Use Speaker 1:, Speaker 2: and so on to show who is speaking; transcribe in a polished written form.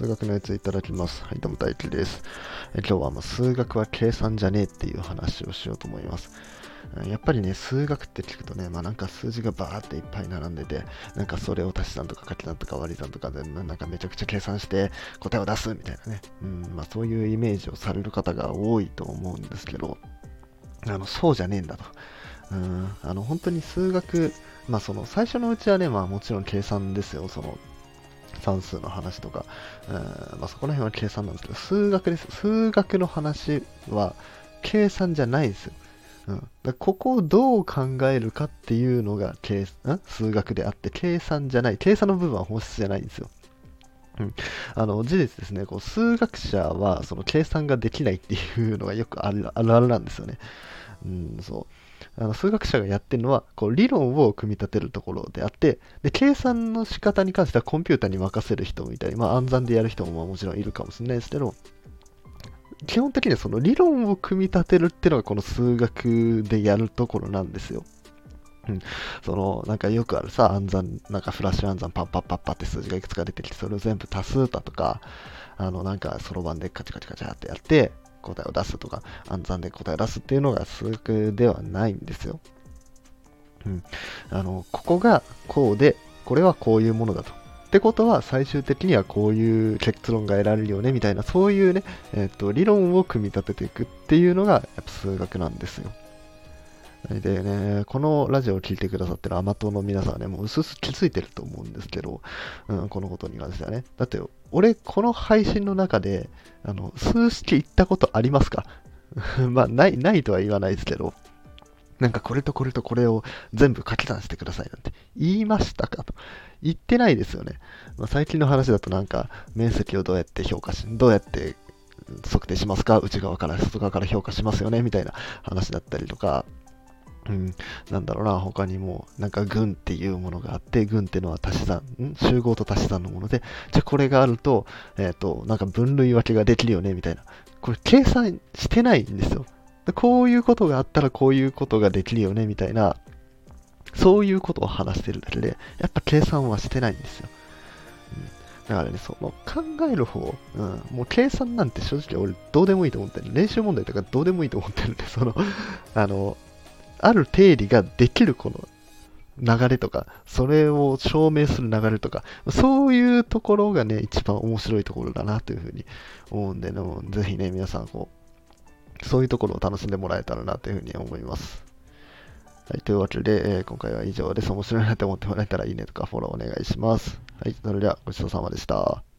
Speaker 1: 数学のやついただきます。はい、どうも大輝です。今日は数学は計算じゃねえっていう話をしようと思います。やっぱりね、数学って聞くとね、なんか数字がバーっていっぱい並んでて、なんかそれを足し算とか掛け算とか割り算とかで、なんかめちゃくちゃ計算して答えを出すみたいなね。そういうイメージをされる方が多いと思うんですけど、そうじゃねえんだと。本当に数学、最初のうちはね、もちろん計算ですよ。算数の話とか、そこら辺は計算なんですけど、数学です。数学の話は計算じゃないですよ。ここをどう考えるかっていうのが数学であって、計算じゃない。計算の部分は本質じゃないんですよ。事実ですね、数学者はその計算ができないっていうのがよくあるなんですよね。数学者がやってるのは理論を組み立てるところであって、で計算の仕方に関してはコンピューターに任せる人みたいに、暗算でやる人ももちろんいるかもしれないですけど、基本的にはその理論を組み立てるっていうのがこの数学でやるところなんですよ。なんかよくあるさ、暗算、なんかフラッシュ暗算パッパッパッパって数字がいくつか出てきて、それを全部足すだとか、なんかそろばんでカチカチカチってやって、答えを出すとか、暗算で答えを出すっていうのが数学ではないんですよ。ここがこうで、これはこういうものだと。ってことは、最終的にはこういう結論が得られるよね、みたいな、そういうね、理論を組み立てていくっていうのが、やっぱ数学なんですよ。でね、このラジオを聞いてくださってる甘党の皆さんはね、もう薄々気づいてると思うんですけど、このことに関してはね。だって、俺、この配信の中で、数式言ったことありますか？ないとは言わないですけど、なんかこれとこれとこれを全部掛け算してくださいなんて言いましたかと。言ってないですよね。最近の話だとなんか面積をどうやってどうやって測定しますか、内側から外側から評価しますよねみたいな話だったりとか、なんだろうな、他にも、なんか群っていうものがあって、群っていうのは足し算、集合と足し算のもので、じゃあこれがあると、なんか分類分けができるよねみたいな。これ計算してないんですよ。こういうことがあったらこういうことができるよねみたいな、そういうことを話してるだけで、やっぱ計算はしてないんですよ。だからね、その考える方、もう計算なんて正直俺どうでもいいと思ってる。練習問題とかどうでもいいと思ってるんで、あの、ある定理ができるこの流れとか、それを証明する流れとか、そういうところがね、一番面白いところだなというふうに思うんで、ぜひね、皆さんそういうところを楽しんでもらえたらなというふうに思います。はい、というわけで、今回は以上です。面白いなと思ってもらえたらいいねとかフォローお願いします。はい、それではごちそうさまでした。